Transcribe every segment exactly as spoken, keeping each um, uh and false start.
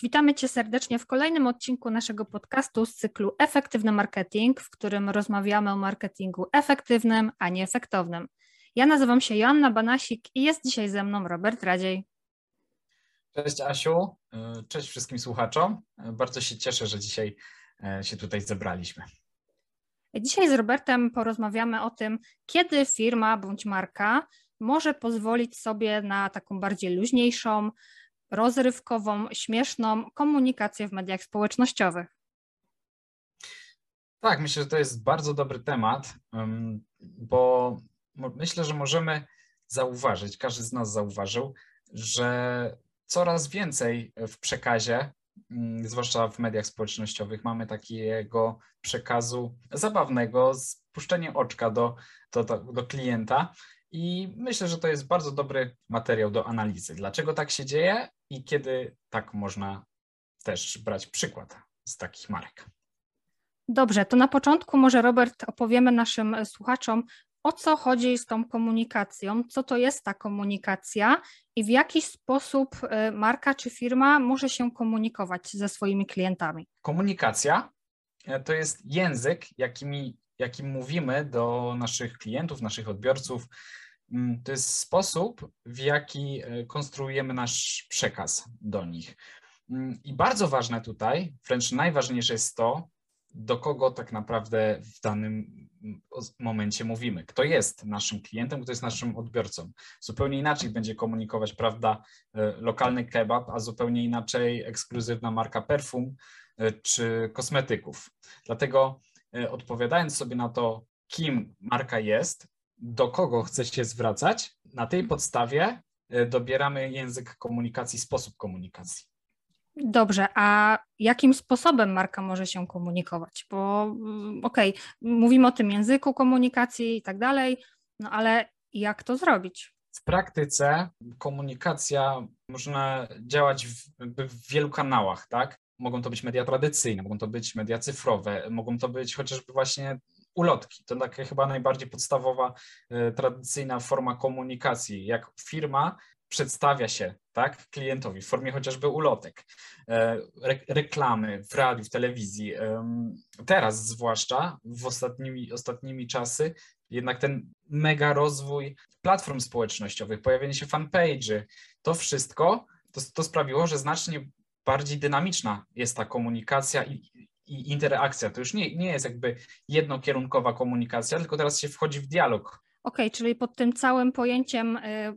Witamy Cię serdecznie w kolejnym odcinku naszego podcastu z cyklu Efektywny Marketing, w którym rozmawiamy o marketingu efektywnym, a nie efektownym. Ja nazywam się Joanna Banasik i jest dzisiaj ze mną Robert Radziej. Cześć Asiu, cześć wszystkim słuchaczom. Bardzo się cieszę, że dzisiaj się tutaj zebraliśmy. Dzisiaj z Robertem porozmawiamy o tym, kiedy firma bądź marka może pozwolić sobie na taką bardziej luźniejszą, rozrywkową, śmieszną komunikację w mediach społecznościowych. Tak, myślę, że to jest bardzo dobry temat, bo myślę, że możemy zauważyć, każdy z nas zauważył, że coraz więcej w przekazie, zwłaszcza w mediach społecznościowych, mamy takiego przekazu zabawnego, spuszczenie oczka do, do, do klienta. I myślę, że to jest bardzo dobry materiał do analizy. Dlaczego tak się dzieje i kiedy tak można też brać przykład z takich marek. Dobrze, to na początku może Robert opowiemy naszym słuchaczom, o co chodzi z tą komunikacją, co to jest ta komunikacja i w jaki sposób marka czy firma może się komunikować ze swoimi klientami. Komunikacja to jest język, jakimi, jakim mówimy do naszych klientów, naszych odbiorców. To jest sposób, w jaki konstruujemy nasz przekaz do nich. I bardzo ważne tutaj, wręcz najważniejsze jest to, do kogo tak naprawdę w danym momencie mówimy. Kto jest naszym klientem, kto jest naszym odbiorcą. Zupełnie inaczej będzie komunikować, prawda, lokalny kebab, a zupełnie inaczej ekskluzywna marka perfum czy kosmetyków. Dlatego odpowiadając sobie na to, kim marka jest, do kogo chce się zwracać, na tej podstawie dobieramy język komunikacji, sposób komunikacji. Dobrze, a jakim sposobem marka może się komunikować? Bo okej, okay, mówimy o tym języku komunikacji i tak dalej, no ale jak to zrobić? W praktyce komunikacja można działać w, w wielu kanałach, tak? Mogą to być media tradycyjne, mogą to być media cyfrowe, mogą to być chociażby właśnie ulotki. To taka chyba najbardziej podstawowa, e, tradycyjna forma komunikacji, jak firma przedstawia się, tak, klientowi w formie chociażby ulotek, e, re, reklamy w radiu, w telewizji. E, teraz zwłaszcza w ostatnimi, ostatnimi czasy jednak ten mega rozwój platform społecznościowych, pojawienie się fanpage'y, to wszystko to, to sprawiło, że znacznie bardziej dynamiczna jest ta komunikacja i, i interakcja. To już nie, nie jest jakby jednokierunkowa komunikacja, tylko teraz się wchodzi w dialog. Okej, okay, czyli pod tym całym pojęciem y,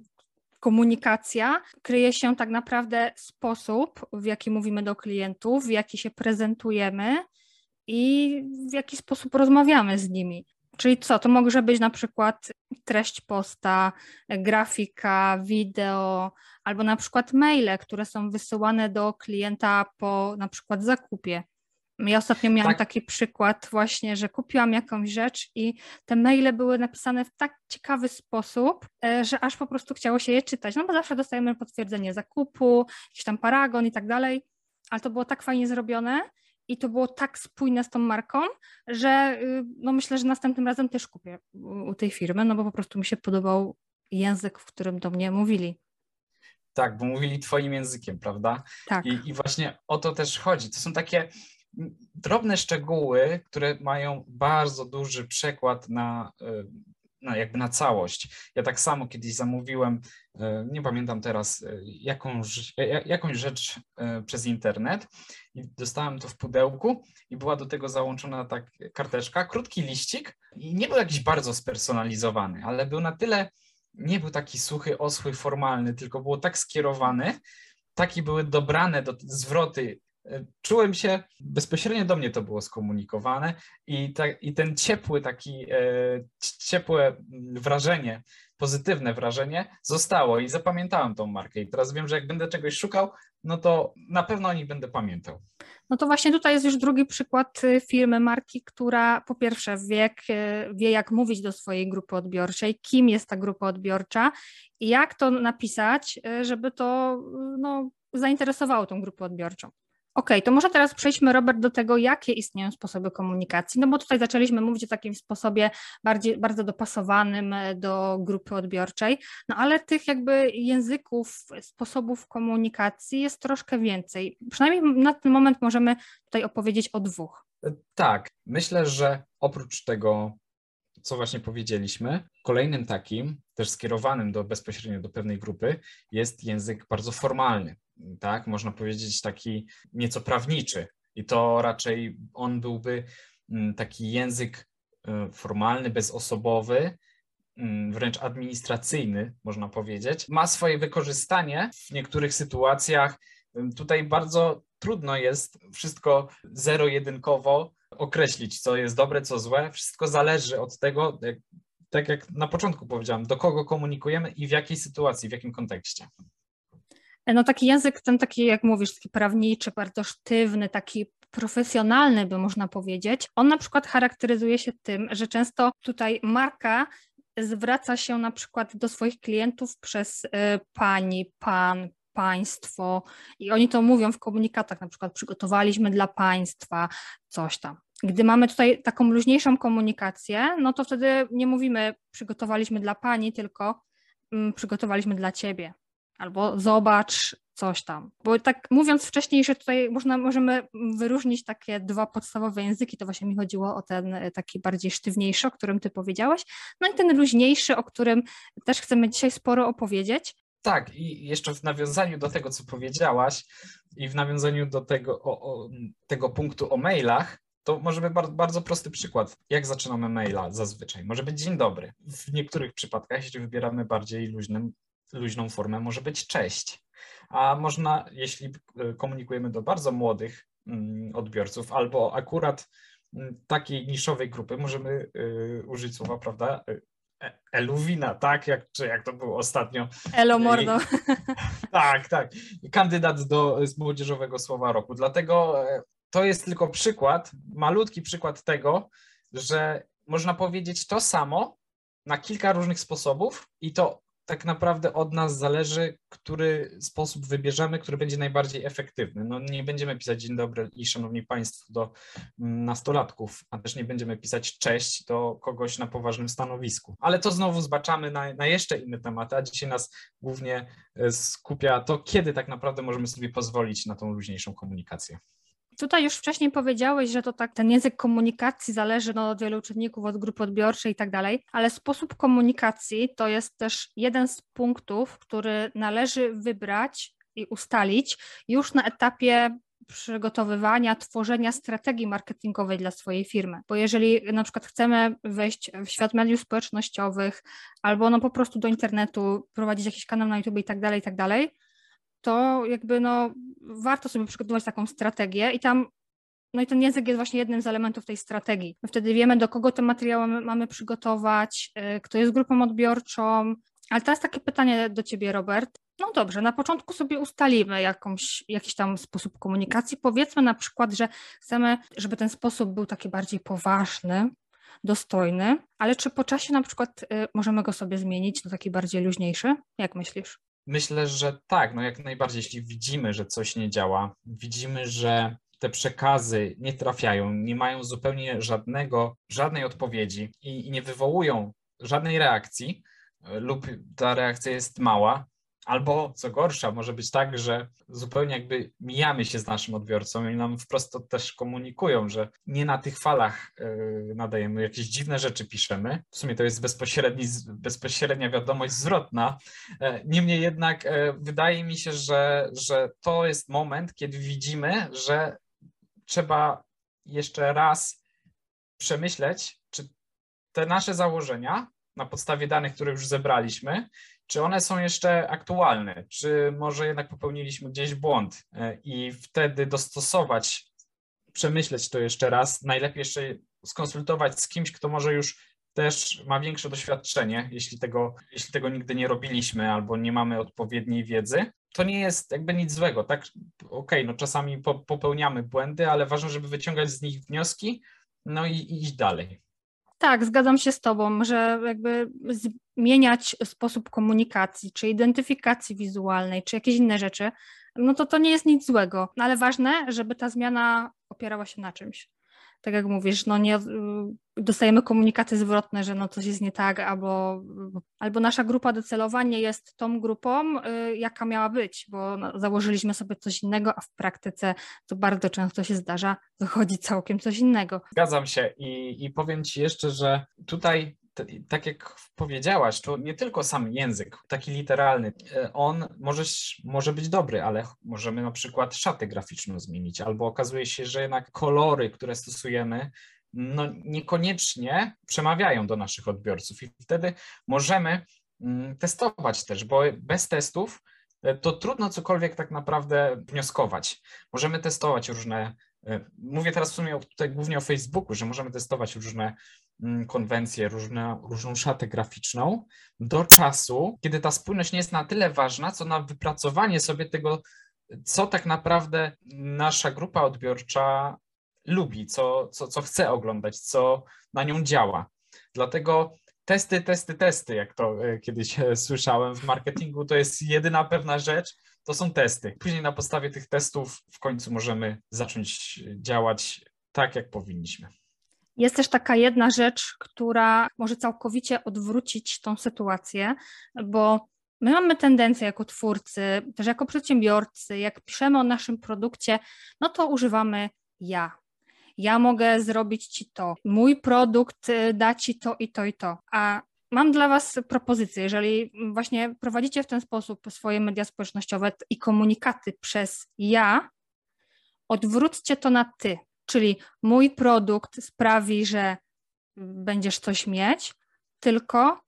komunikacja kryje się tak naprawdę sposób, w jaki mówimy do klientów, w jaki się prezentujemy i w jaki sposób rozmawiamy z nimi. Czyli co, to może być na przykład treść posta, grafika, wideo, albo na przykład maile, które są wysyłane do klienta po na przykład zakupie. Ja ostatnio miałam tak. taki przykład właśnie, że kupiłam jakąś rzecz i te maile były napisane w tak ciekawy sposób, że aż po prostu chciało się je czytać. No bo zawsze dostajemy potwierdzenie zakupu, jakiś tam paragon i tak dalej, ale to było tak fajnie zrobione i to było tak spójne z tą marką, że no myślę, że następnym razem też kupię u tej firmy, no bo po prostu mi się podobał język, w którym do mnie mówili. Tak, bo mówili twoim językiem, prawda? Tak. I, i właśnie o to też chodzi. To są takie drobne szczegóły, które mają bardzo duży przekład na, na jakby na całość. Ja tak samo kiedyś zamówiłem, nie pamiętam teraz, jakąś, jakąś rzecz przez internet i dostałem to w pudełku i była do tego załączona tak karteczka, krótki liścik i nie był jakiś bardzo spersonalizowany, ale był na tyle, nie był taki suchy, oschły, formalny, tylko było tak skierowany, takie były dobrane do zwroty. Czułem się, bezpośrednio do mnie to było skomunikowane i, ta, i ten ciepły taki, e, ciepłe wrażenie, pozytywne wrażenie zostało i zapamiętałem tą markę i teraz wiem, że jak będę czegoś szukał, no to na pewno o nich będę pamiętał. No to właśnie tutaj jest już drugi przykład firmy, marki, która po pierwsze wie, wie jak mówić do swojej grupy odbiorczej, kim jest ta grupa odbiorcza i jak to napisać, żeby to no, zainteresowało tą grupę odbiorczą. Okej, okay, to może teraz przejdźmy, Robert, do tego, jakie istnieją sposoby komunikacji, no bo tutaj zaczęliśmy mówić o takim sposobie bardziej, bardzo dopasowanym do grupy odbiorczej, no ale tych jakby języków, sposobów komunikacji jest troszkę więcej. Przynajmniej na ten moment możemy tutaj opowiedzieć o dwóch. Tak, myślę, że oprócz tego, co właśnie powiedzieliśmy, kolejnym takim, też skierowanym do, bezpośrednio do pewnej grupy, jest język bardzo formalny. Tak, można powiedzieć taki nieco prawniczy i to raczej on byłby taki język formalny, bezosobowy, wręcz administracyjny, można powiedzieć. Ma swoje wykorzystanie w niektórych sytuacjach. Tutaj bardzo trudno jest wszystko zero-jedynkowo określić, co jest dobre, co złe. Wszystko zależy od tego, jak, tak jak na początku powiedziałam, do kogo komunikujemy i w jakiej sytuacji, w jakim kontekście. No taki język ten taki, jak mówisz, taki prawniczy, bardzo sztywny, taki profesjonalny by można powiedzieć. On na przykład charakteryzuje się tym, że często tutaj marka zwraca się na przykład do swoich klientów przez y, pani, pan, państwo i oni to mówią w komunikatach, na przykład przygotowaliśmy dla państwa coś tam. Gdy mamy tutaj taką luźniejszą komunikację, no to wtedy nie mówimy przygotowaliśmy dla pani, tylko mm, przygotowaliśmy dla ciebie. Albo zobacz coś tam. Bo tak mówiąc wcześniej, że tutaj można, możemy wyróżnić takie dwa podstawowe języki, to właśnie mi chodziło o ten taki bardziej sztywniejszy, o którym ty powiedziałeś, no i ten luźniejszy, o którym też chcemy dzisiaj sporo opowiedzieć. Tak, i jeszcze w nawiązaniu do tego, co powiedziałaś i w nawiązaniu do tego, o, o, tego punktu o mailach, to może być bardzo, bardzo prosty przykład. Jak zaczynamy maila zazwyczaj? Może być dzień dobry. W niektórych przypadkach, jeśli wybieramy bardziej luźnym, luźną formę, może być cześć. A można, jeśli komunikujemy do bardzo młodych odbiorców albo akurat takiej niszowej grupy, możemy użyć słowa, prawda, eluwina, tak? Jak, czy jak to było ostatnio? Elo mordo. Tak, tak. Kandydat do młodzieżowego słowa roku. Dlatego to jest tylko przykład, malutki przykład tego, że można powiedzieć to samo na kilka różnych sposobów i to tak naprawdę od nas zależy, który sposób wybierzemy, który będzie najbardziej efektywny. No nie będziemy pisać dzień dobry i szanowni państwo do nastolatków, a też nie będziemy pisać cześć do kogoś na poważnym stanowisku. Ale to znowu zbaczamy na, na jeszcze inne tematy, a dzisiaj nas głównie skupia to, kiedy tak naprawdę możemy sobie pozwolić na tą luźniejszą komunikację. Tutaj już wcześniej powiedziałeś, że to tak ten język komunikacji zależy no, od wielu czynników, od grupy odbiorczej i tak dalej, ale sposób komunikacji to jest też jeden z punktów, który należy wybrać i ustalić już na etapie przygotowywania, tworzenia strategii marketingowej dla swojej firmy. Bo jeżeli na przykład chcemy wejść w świat mediów społecznościowych albo no po prostu do internetu, prowadzić jakiś kanał na YouTube i tak dalej, i tak dalej, to jakby no warto sobie przygotować taką strategię i tam, no i ten język jest właśnie jednym z elementów tej strategii. My wtedy wiemy, do kogo te materiały mamy przygotować, kto jest grupą odbiorczą, ale teraz takie pytanie do ciebie, Robert. No dobrze, na początku sobie ustalimy jakąś, jakiś tam sposób komunikacji. Powiedzmy na przykład, że chcemy, żeby ten sposób był taki bardziej poważny, dostojny, ale czy po czasie na przykład możemy go sobie zmienić na taki bardziej luźniejszy? Jak myślisz? Myślę, że tak, no jak najbardziej, jeśli widzimy, że coś nie działa, widzimy, że te przekazy nie trafiają, nie mają zupełnie żadnego, żadnej odpowiedzi i, i nie wywołują żadnej reakcji lub ta reakcja jest mała, albo co gorsza, może być tak, że zupełnie jakby mijamy się z naszym odbiorcą i nam wprost to też komunikują, że nie na tych falach nadajemy, jakieś dziwne rzeczy piszemy. W sumie to jest bezpośredni, bezpośrednia wiadomość zwrotna. Niemniej jednak wydaje mi się, że, że to jest moment, kiedy widzimy, że trzeba jeszcze raz przemyśleć, czy te nasze założenia na podstawie danych, które już zebraliśmy, czy one są jeszcze aktualne, czy może jednak popełniliśmy gdzieś błąd i wtedy dostosować, przemyśleć to jeszcze raz, najlepiej jeszcze skonsultować z kimś, kto może już też ma większe doświadczenie, jeśli tego, jeśli tego nigdy nie robiliśmy albo nie mamy odpowiedniej wiedzy. To nie jest jakby nic złego, tak? Okej, okay, no czasami po, popełniamy błędy, ale ważne, żeby wyciągać z nich wnioski, no i, i iść dalej. Tak, zgadzam się z tobą, że jakby zmieniać sposób komunikacji, czy identyfikacji wizualnej, czy jakieś inne rzeczy, no to to nie jest nic złego, no ale ważne, żeby ta zmiana opierała się na czymś. Tak jak mówisz, no nie dostajemy komunikaty zwrotne, że no coś jest nie tak, albo, albo nasza grupa docelowa nie jest tą grupą, y, jaka miała być, bo no, założyliśmy sobie coś innego, a w praktyce to bardzo często się zdarza, wychodzi całkiem coś innego. Zgadzam się i, i powiem Ci jeszcze, że tutaj t- tak jak powiedziałaś, to nie tylko sam język, taki literalny, on może, może być dobry, ale możemy na przykład szatę graficzną zmienić, albo okazuje się, że jednak kolory, które stosujemy, no niekoniecznie przemawiają do naszych odbiorców i wtedy możemy testować też, bo bez testów to trudno cokolwiek tak naprawdę wnioskować. Możemy testować różne, mówię teraz w sumie tutaj głównie o Facebooku, że możemy testować różne konwencje, różne, różną szatę graficzną do czasu, kiedy ta spójność nie jest na tyle ważna, co na wypracowanie sobie tego, co tak naprawdę nasza grupa odbiorcza lubi, co, co, co chce oglądać, co na nią działa. Dlatego testy, testy, testy, jak to kiedyś słyszałem w marketingu, to jest jedyna pewna rzecz, to są testy. Później na podstawie tych testów w końcu możemy zacząć działać tak, jak powinniśmy. Jest też taka jedna rzecz, która może całkowicie odwrócić tą sytuację, bo my mamy tendencję jako twórcy, też jako przedsiębiorcy, jak piszemy o naszym produkcie, no to używamy ja. Ja mogę zrobić Ci to, mój produkt da Ci to i to i to, a mam dla Was propozycję, jeżeli właśnie prowadzicie w ten sposób swoje media społecznościowe i komunikaty przez ja, odwróćcie to na ty, czyli mój produkt sprawi, że będziesz coś mieć, tylko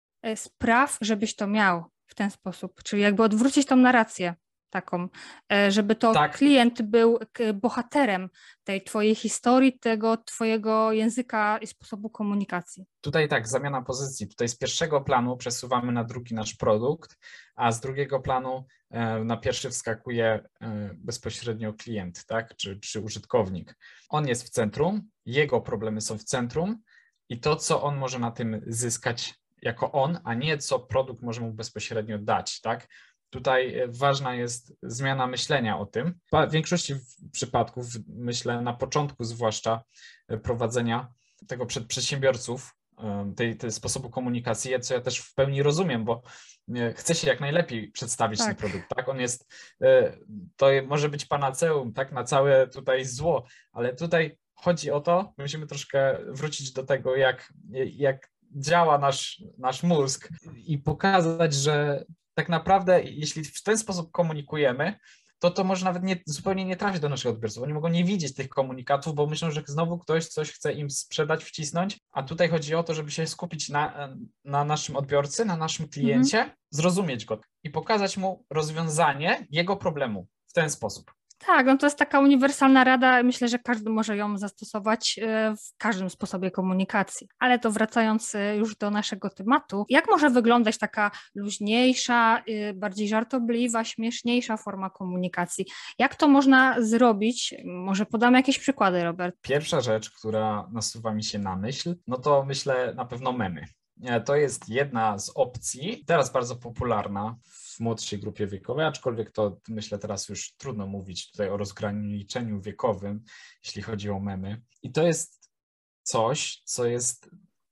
spraw, żebyś to miał w ten sposób, czyli jakby odwrócić tą narrację taką, żeby to tak. Klient był bohaterem tej twojej historii, tego twojego języka i sposobu komunikacji. Tutaj tak, zamiana pozycji. Tutaj z pierwszego planu przesuwamy na drugi nasz produkt, a z drugiego planu na pierwszy wskakuje bezpośrednio klient, tak, czy, czy użytkownik. On jest w centrum, jego problemy są w centrum i to, co on może na tym zyskać jako on, a nie co produkt może mu bezpośrednio dać, tak. Tutaj ważna jest zmiana myślenia o tym. W większości przypadków, myślę, na początku zwłaszcza prowadzenia tego przed przedsiębiorców, tej, tej sposobu komunikacji, co ja też w pełni rozumiem, bo chce się jak najlepiej przedstawić tak. ten produkt. Tak, on jest, to może być panaceum, tak, na całe tutaj zło, ale tutaj chodzi o to, musimy troszkę wrócić do tego, jak, jak działa nasz, nasz mózg i pokazać, że tak naprawdę, jeśli w ten sposób komunikujemy, to to może nawet nie, zupełnie nie trafi do naszych odbiorców. Oni mogą nie widzieć tych komunikatów, bo myślą, że znowu ktoś coś chce im sprzedać, wcisnąć, a tutaj chodzi o to, żeby się skupić na, na naszym odbiorcy, na naszym kliencie, mhm. zrozumieć go i pokazać mu rozwiązanie jego problemu w ten sposób. Tak, no to jest taka uniwersalna rada, myślę, że każdy może ją zastosować w każdym sposobie komunikacji. Ale to wracając już do naszego tematu, jak może wyglądać taka luźniejsza, bardziej żartobliwa, śmieszniejsza forma komunikacji? Jak to można zrobić? Może podamy jakieś przykłady, Robert? Pierwsza rzecz, która nasuwa mi się na myśl, no to myślę na pewno memy. To jest jedna z opcji, teraz bardzo popularna w młodszej grupie wiekowej, aczkolwiek to myślę teraz już trudno mówić tutaj o rozgraniczeniu wiekowym, jeśli chodzi o memy. I to jest coś, co jest,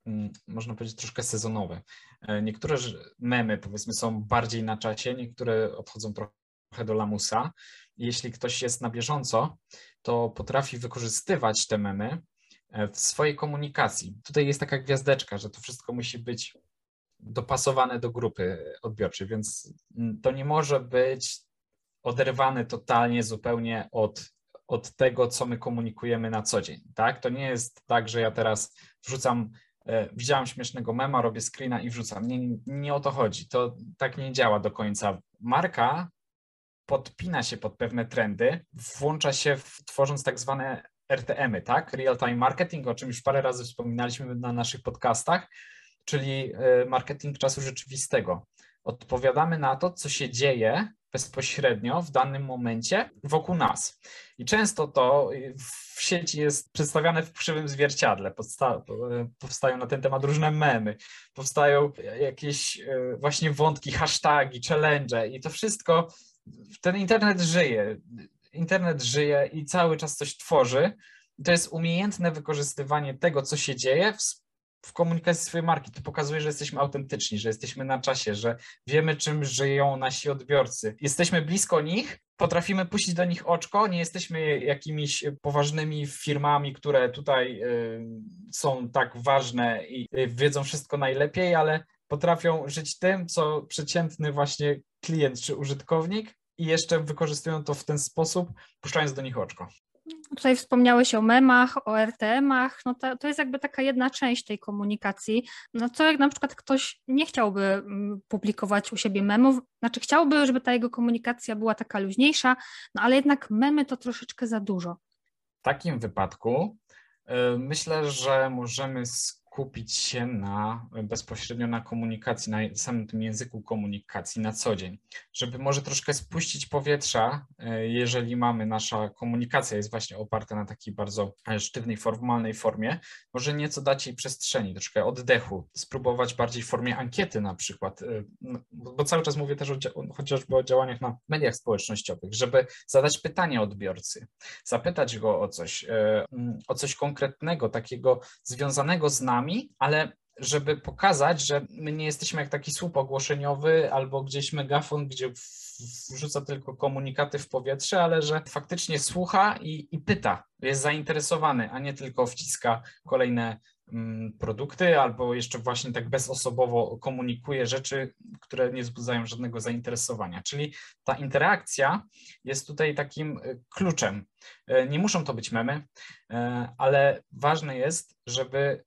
można powiedzieć, troszkę sezonowe. Niektóre memy, powiedzmy, są bardziej na czasie, niektóre odchodzą trochę do lamusa. Jeśli ktoś jest na bieżąco, to potrafi wykorzystywać te memy w swojej komunikacji. Tutaj jest taka gwiazdeczka, że to wszystko musi być dopasowane do grupy odbiorczej, więc to nie może być oderwane totalnie zupełnie od, od tego, co my komunikujemy na co dzień, tak? To nie jest tak, że ja teraz wrzucam, e, widziałam śmiesznego mema, robię screena i wrzucam. Nie, nie o to chodzi, to tak nie działa do końca. Marka podpina się pod pewne trendy, włącza się w, tworząc tak zwane R T M-y, tak? Real Time Marketing, o czym już parę razy wspominaliśmy na naszych podcastach, czyli marketing czasu rzeczywistego. Odpowiadamy na to, co się dzieje bezpośrednio w danym momencie wokół nas. I często to w sieci jest przedstawiane w krzywym zwierciadle. Powsta- powstają na ten temat różne memy, powstają jakieś właśnie wątki, hasztagi, challenge i to wszystko ten internet żyje, internet żyje i cały czas coś tworzy. To jest umiejętne wykorzystywanie tego, co się dzieje w, w komunikacji swojej marki. To pokazuje, że jesteśmy autentyczni, że jesteśmy na czasie, że wiemy, czym żyją nasi odbiorcy. Jesteśmy blisko nich, potrafimy puścić do nich oczko, nie jesteśmy jakimiś poważnymi firmami, które tutaj y, są tak ważne i y, wiedzą wszystko najlepiej, ale potrafią żyć tym, co przeciętny właśnie klient czy użytkownik i jeszcze wykorzystują to w ten sposób, puszczając do nich oczko. Tutaj wspomniałeś o memach, o er te emach, no to, to jest jakby taka jedna część tej komunikacji. No co jak na przykład ktoś nie chciałby publikować u siebie memów, znaczy chciałby, żeby ta jego komunikacja była taka luźniejsza, no ale jednak memy to troszeczkę za dużo. W takim wypadku y, myślę, że możemy skupić się na bezpośrednio na komunikacji, na samym tym języku komunikacji na co dzień, żeby może troszkę spuścić powietrza, jeżeli mamy, nasza komunikacja jest właśnie oparta na takiej bardzo sztywnej, formalnej formie, może nieco dać jej przestrzeni, troszkę oddechu, spróbować bardziej w formie ankiety na przykład, bo cały czas mówię też o, chociażby o działaniach na mediach społecznościowych, żeby zadać pytanie odbiorcy, zapytać go o coś, o coś konkretnego, takiego związanego z nami, ale żeby pokazać, że my nie jesteśmy jak taki słup ogłoszeniowy albo gdzieś megafon, gdzie wrzuca tylko komunikaty w powietrze, ale że faktycznie słucha i, i pyta, jest zainteresowany, a nie tylko wciska kolejne mm, produkty albo jeszcze właśnie tak bezosobowo komunikuje rzeczy, które nie wzbudzają żadnego zainteresowania. Czyli ta interakcja jest tutaj takim kluczem. Nie muszą to być memy, ale ważne jest, żeby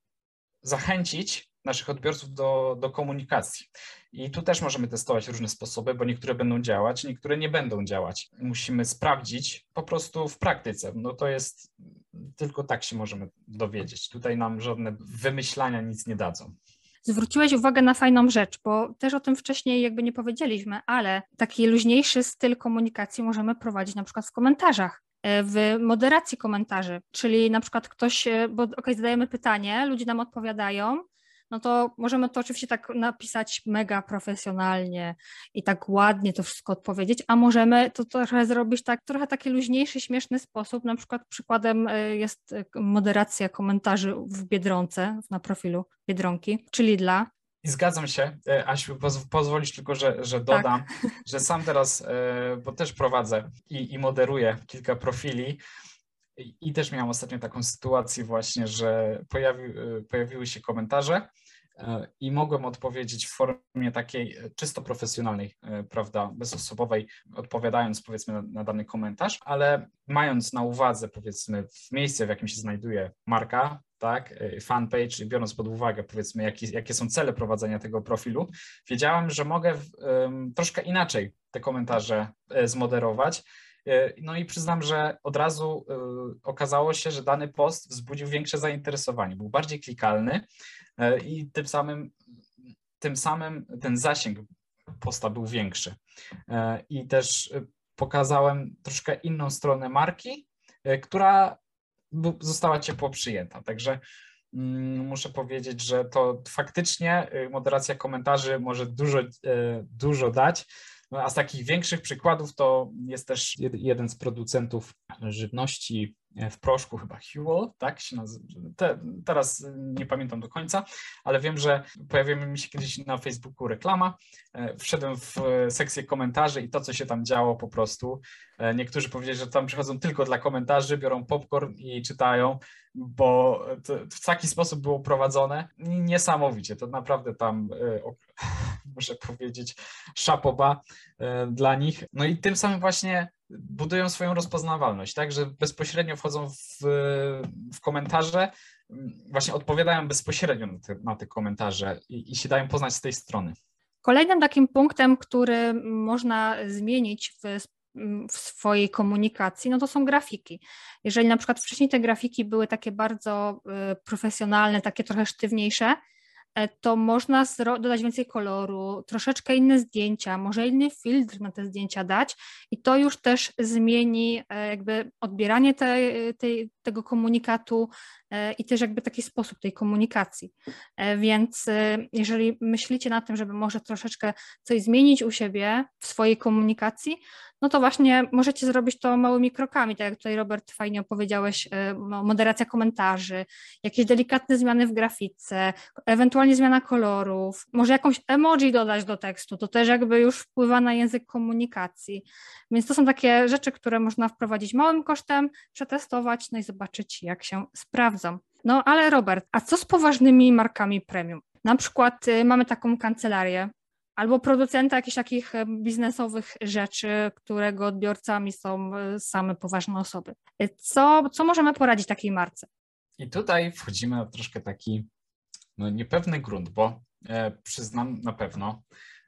zachęcić naszych odbiorców do, do komunikacji. I tu też możemy testować różne sposoby, bo niektóre będą działać, niektóre nie będą działać. Musimy sprawdzić po prostu w praktyce. No to jest, tylko tak się możemy dowiedzieć. Tutaj nam żadne wymyślania nic nie dadzą. Zwróciłeś uwagę na fajną rzecz, bo też o tym wcześniej jakby nie powiedzieliśmy, ale taki luźniejszy styl komunikacji możemy prowadzić na przykład w komentarzach, w moderacji komentarzy, czyli na przykład ktoś, bo okej, okay, zadajemy pytanie, ludzie nam odpowiadają, no to możemy to oczywiście tak napisać mega profesjonalnie i tak ładnie to wszystko odpowiedzieć, a możemy to trochę zrobić tak, trochę taki luźniejszy, śmieszny sposób, na przykład przykładem jest moderacja komentarzy w Biedronce, na profilu Biedronki, czyli dla I zgadzam się, Asiu, poz, pozwolisz tylko, że, że dodam, tak. że sam teraz, bo też prowadzę i, i moderuję kilka profili i, i też miałam ostatnio taką sytuację właśnie, że pojawi, pojawiły się komentarze i mogłem odpowiedzieć w formie takiej czysto profesjonalnej, prawda, bezosobowej, odpowiadając powiedzmy na, na dany komentarz, ale mając na uwadze powiedzmy w miejsce, w jakim się znajduje marka, tak, fanpage, biorąc pod uwagę powiedzmy jakie, jakie są cele prowadzenia tego profilu, wiedziałem, że mogę um, troszkę inaczej te komentarze e, zmoderować. E, no i przyznam, że od razu e, okazało się, że dany post wzbudził większe zainteresowanie, był bardziej klikalny e, i tym samym, tym samym ten zasięg posta był większy. E, I też pokazałem troszkę inną stronę marki, e, która została ciepło przyjęta. Także mm, muszę powiedzieć, że to faktycznie moderacja komentarzy może dużo, dużo dać. No, a z takich większych przykładów to jest też jeden z producentów żywności w proszku, chyba Huel, tak się nazywa. Te, teraz nie pamiętam do końca, ale wiem, że pojawiła mi się kiedyś na Facebooku reklama. Wszedłem w sekcję komentarzy i to, co się tam działo po prostu. Niektórzy powiedzieli, że tam przychodzą tylko dla komentarzy, biorą popcorn i czytają, bo to w taki sposób było prowadzone. Niesamowicie, to naprawdę tam, muszę powiedzieć, szapoba dla nich. No i tym samym właśnie budują swoją rozpoznawalność, tak, że bezpośrednio wchodzą w, w komentarze, właśnie odpowiadają bezpośrednio na te, na te komentarze i, i się dają poznać z tej strony. Kolejnym takim punktem, który można zmienić w, w swojej komunikacji, no to są grafiki. Jeżeli na przykład wcześniej te grafiki były takie bardzo profesjonalne, takie trochę sztywniejsze, to można dodać więcej koloru, troszeczkę inne zdjęcia, może inny filtr na te zdjęcia dać i to już też zmieni jakby odbieranie tej, tej, tego komunikatu i też jakby taki sposób tej komunikacji. Więc jeżeli myślicie nad tym, żeby może troszeczkę coś zmienić u siebie w swojej komunikacji, no to właśnie możecie zrobić to małymi krokami, tak jak tutaj Robert fajnie opowiedziałeś, no, moderacja komentarzy, jakieś delikatne zmiany w grafice, ewentualnie zmiana kolorów, może jakąś emoji dodać do tekstu, to też jakby już wpływa na język komunikacji. Więc to są takie rzeczy, które można wprowadzić małym kosztem, przetestować, no i zobaczyć, jak się sprawdzą. No ale Robert, a co z poważnymi markami premium? Na przykład y, mamy taką kancelarię, albo producenta jakichś takich biznesowych rzeczy, którego odbiorcami są same poważne osoby. Co, co możemy poradzić takiej marce? I tutaj wchodzimy na troszkę taki no, niepewny grunt, bo e, przyznam na pewno,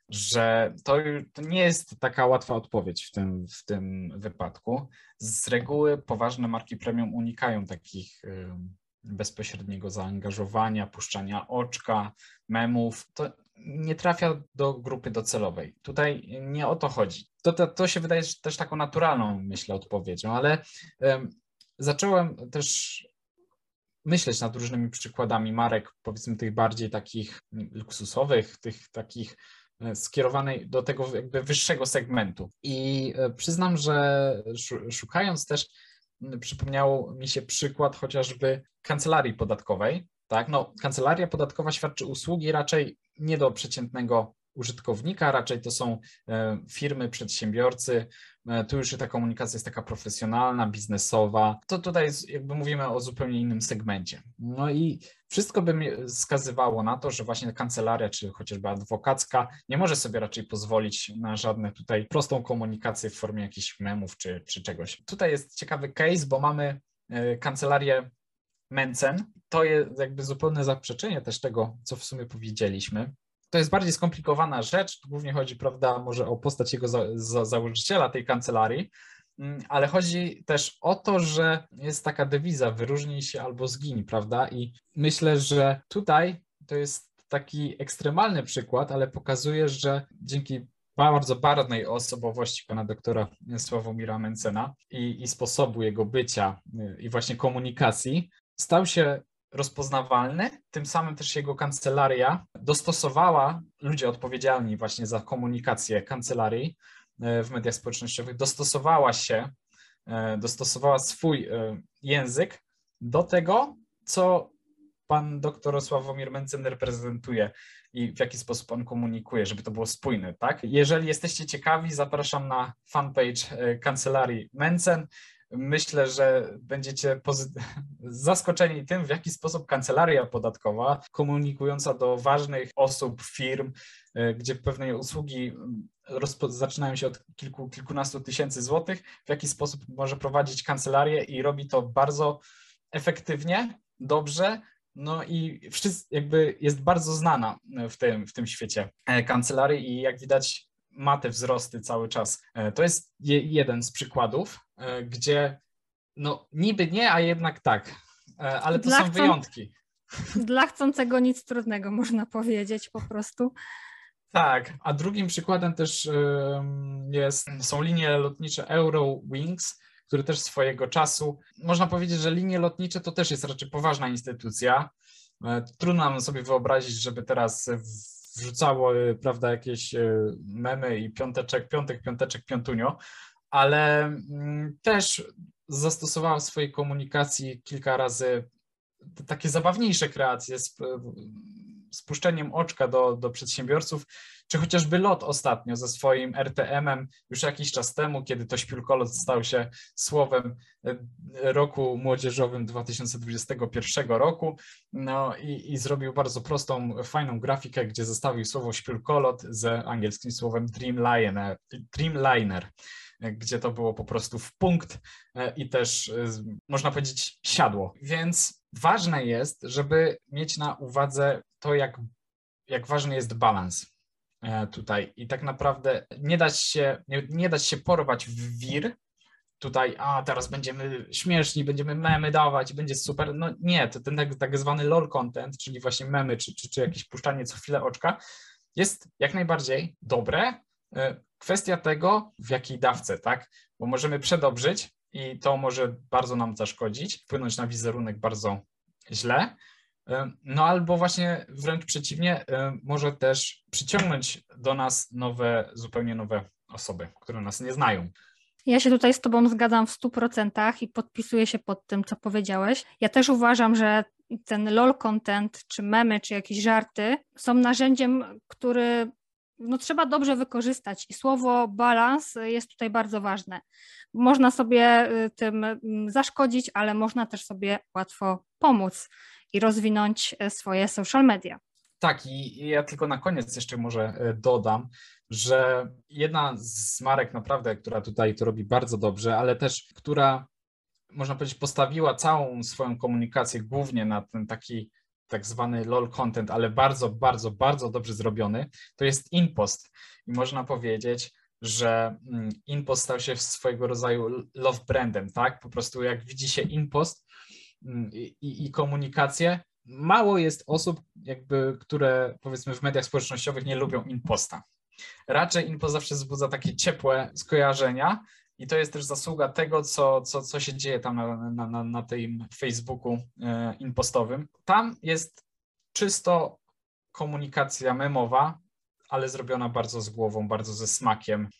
że to, to nie jest taka łatwa odpowiedź w tym, w tym wypadku. Z reguły poważne marki premium unikają takich y, bezpośredniego zaangażowania, puszczania oczka, memów. To nie trafia do grupy docelowej. Tutaj nie o to chodzi. To, to, to się wydaje też taką naturalną, myślę, odpowiedzią, ale um, zacząłem też myśleć nad różnymi przykładami marek, powiedzmy tych bardziej takich luksusowych, tych takich skierowanej do tego jakby wyższego segmentu. I przyznam, że szukając też przypomniał mi się przykład chociażby kancelarii podatkowej. Tak? No, kancelaria podatkowa świadczy usługi raczej nie do przeciętnego użytkownika, raczej to są firmy, przedsiębiorcy. Tu już ta komunikacja jest taka profesjonalna, biznesowa. To tutaj jest, jakby mówimy o zupełnie innym segmencie. No i wszystko by mi wskazywało na to, że właśnie kancelaria, czy chociażby adwokacka nie może sobie raczej pozwolić na żadne tutaj prostą komunikację w formie jakichś memów czy, czy czegoś. Tutaj jest ciekawy case, bo mamy kancelarię Mencen. To jest jakby zupełne zaprzeczenie też tego, co w sumie powiedzieliśmy. To jest bardziej skomplikowana rzecz, głównie chodzi, prawda, może o postać jego za, za, założyciela tej kancelarii, ale chodzi też o to, że jest taka dewiza, wyróżnij się albo zgiń, prawda, i myślę, że tutaj to jest taki ekstremalny przykład, ale pokazuje, że dzięki bardzo barwnej osobowości pana doktora Sławomira Mencena i, i sposobu jego bycia i właśnie komunikacji stał się rozpoznawalny, tym samym też jego kancelaria dostosowała, ludzie odpowiedzialni właśnie za komunikację kancelarii w mediach społecznościowych, dostosowała się, dostosowała swój język do tego, co pan doktor Sławomir Mencen reprezentuje i w jaki sposób on komunikuje, żeby to było spójne, tak? Jeżeli jesteście ciekawi, zapraszam na fanpage kancelarii Mencen. Myślę, że będziecie zaskoczeni tym, w jaki sposób kancelaria podatkowa komunikująca do ważnych osób, firm, gdzie pewne usługi zaczynają się od kilku, kilkunastu tysięcy złotych, w jaki sposób może prowadzić kancelarię i robi to bardzo efektywnie, dobrze, no i wszyscy, jakby jest bardzo znana w tym, w tym świecie kancelarii i jak widać ma te wzrosty cały czas. To jest je, jeden z przykładów, gdzie no niby nie, a jednak tak, ale to dla są chcą... wyjątki. Dla chcącego nic trudnego, można powiedzieć po prostu. Tak, a drugim przykładem też jest, są linie lotnicze Eurowings, które też swojego czasu, można powiedzieć, że linie lotnicze to też jest raczej poważna instytucja. Trudno nam sobie wyobrazić, żeby teraz wrzucało, prawda, jakieś memy i piąteczek, piątek, piąteczek, piątunio, ale też zastosowała w swojej komunikacji kilka razy takie zabawniejsze kreacje z spuszczeniem oczka do, do przedsiębiorców, czy chociażby LOT ostatnio ze swoim R T M-em już jakiś czas temu, kiedy to śpiulkolot stał się słowem roku młodzieżowym dwa tysiące dwudziestego pierwszego roku, no i, i zrobił bardzo prostą, fajną grafikę, gdzie zestawił słowo śpiulkolot z angielskim słowem Dreamliner, Dreamliner, gdzie to było po prostu w punkt i też można powiedzieć siadło, więc ważne jest, żeby mieć na uwadze to, jak, jak ważny jest balans tutaj i tak naprawdę nie dać się, nie, nie dać się porwać w wir, tutaj, a teraz będziemy śmieszni, będziemy memy dawać, będzie super, no nie, to ten tak, tak zwany lol content, czyli właśnie memy, czy, czy, czy jakieś puszczanie co chwilę oczka, jest jak najbardziej dobre. Kwestia tego, w jakiej dawce, tak, bo możemy przedobrzyć i to może bardzo nam zaszkodzić, wpłynąć na wizerunek bardzo źle. No albo właśnie wręcz przeciwnie, może też przyciągnąć do nas nowe, zupełnie nowe osoby, które nas nie znają. Ja się tutaj z Tobą zgadzam w stu procentach i podpisuję się pod tym, co powiedziałeś. Ja też uważam, że ten lol content, czy memy, czy jakieś żarty są narzędziem, który no, trzeba dobrze wykorzystać i słowo balans jest tutaj bardzo ważne. Można sobie tym zaszkodzić, ale można też sobie łatwo pomóc i rozwinąć swoje social media. Tak, i ja tylko na koniec jeszcze może dodam, że jedna z marek naprawdę, która tutaj to robi bardzo dobrze, ale też która, można powiedzieć, postawiła całą swoją komunikację głównie na ten taki tak zwany lol content, ale bardzo, bardzo, bardzo dobrze zrobiony, to jest InPost. I można powiedzieć, że InPost stał się swojego rodzaju love brandem, tak? Po prostu jak widzi się InPost i, i, i komunikację, mało jest osób, jakby, które powiedzmy w mediach społecznościowych nie lubią InPosta. Raczej InPost zawsze wzbudza takie ciepłe skojarzenia i to jest też zasługa tego, co, co, co się dzieje tam na, na, na, na tym Facebooku e, InPostowym. Tam jest czysto komunikacja memowa, ale zrobiona bardzo z głową, bardzo ze smakiem.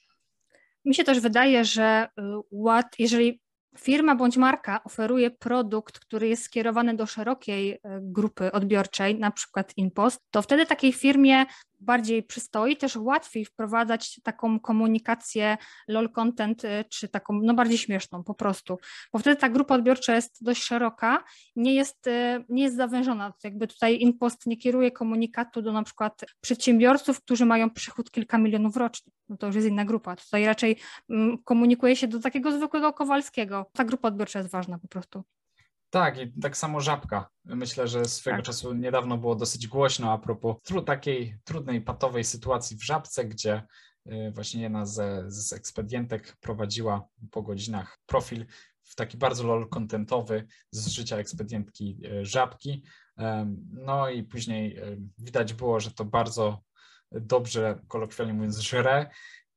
Mi się też wydaje, że ład, jeżeli firma bądź marka oferuje produkt, który jest skierowany do szerokiej grupy odbiorczej, na przykład InPost, to wtedy takiej firmie bardziej przystoi, też łatwiej wprowadzać taką komunikację lol content, czy taką no bardziej śmieszną po prostu, bo wtedy ta grupa odbiorcza jest dość szeroka, nie jest, nie jest zawężona, jakby tutaj InPost nie kieruje komunikatu do na przykład przedsiębiorców, którzy mają przychód kilka milionów rocznie, no to już jest inna grupa, tutaj raczej mm, komunikuje się do takiego zwykłego Kowalskiego, ta grupa odbiorcza jest ważna po prostu. Tak, i tak samo Żabka. Myślę, że swego tak. czasu niedawno było dosyć głośno a propos tru, takiej trudnej, patowej sytuacji w Żabce, gdzie y, właśnie jedna ze, z ekspedientek prowadziła po godzinach profil w taki bardzo lol-contentowy z życia ekspedientki y, Żabki. Y, no i później y, widać było, że to bardzo dobrze, kolokwialnie mówiąc, żre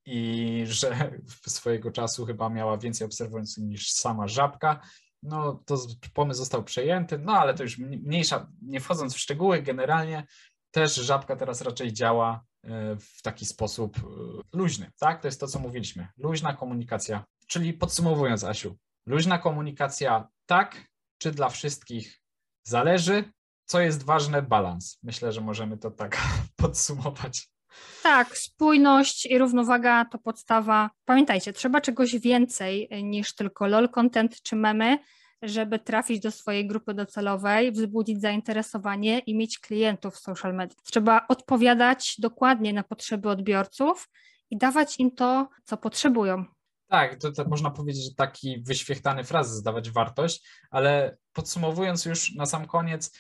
i że swojego czasu chyba miała więcej obserwujących niż sama Żabka. No to pomysł został przejęty, no ale to już mniejsza, nie wchodząc w szczegóły, generalnie też Żabka teraz raczej działa w taki sposób luźny, tak? To jest to, co mówiliśmy, luźna komunikacja, czyli podsumowując, Asiu, luźna komunikacja tak, czy dla wszystkich zależy, co jest ważne, balans. Myślę, że możemy to tak podsumować. Tak, spójność i równowaga to podstawa. Pamiętajcie, trzeba czegoś więcej niż tylko lol content czy memy, żeby trafić do swojej grupy docelowej, wzbudzić zainteresowanie i mieć klientów w social media. Trzeba odpowiadać dokładnie na potrzeby odbiorców i dawać im to, co potrzebują. Tak, to, to można powiedzieć, że taki wyświechtany fraz zdawać wartość, ale podsumowując już na sam koniec,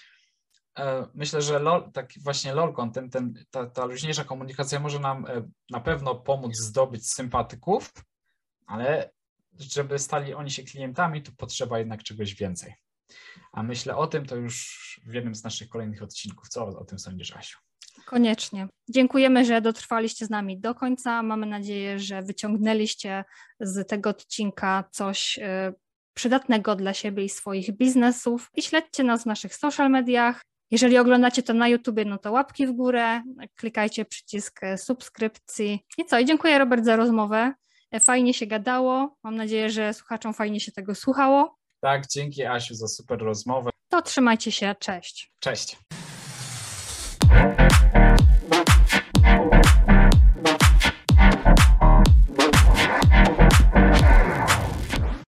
myślę, że lol, tak właśnie lol content, ten, ta, ta luźniejsza komunikacja może nam na pewno pomóc zdobyć sympatyków, ale żeby stali oni się klientami, to potrzeba jednak czegoś więcej. A myślę o tym to już w jednym z naszych kolejnych odcinków. Co o tym sądzisz, Asiu? Koniecznie. Dziękujemy, że dotrwaliście z nami do końca. Mamy nadzieję, że wyciągnęliście z tego odcinka coś przydatnego dla siebie i swoich biznesów. I śledźcie nas w naszych social mediach. Jeżeli oglądacie to na YouTubie, no to łapki w górę, klikajcie przycisk subskrypcji. I co? I dziękuję, Robert, za rozmowę. Fajnie się gadało. Mam nadzieję, że słuchaczom fajnie się tego słuchało. Tak, dzięki, Asiu, za super rozmowę. To trzymajcie się. Cześć. Cześć.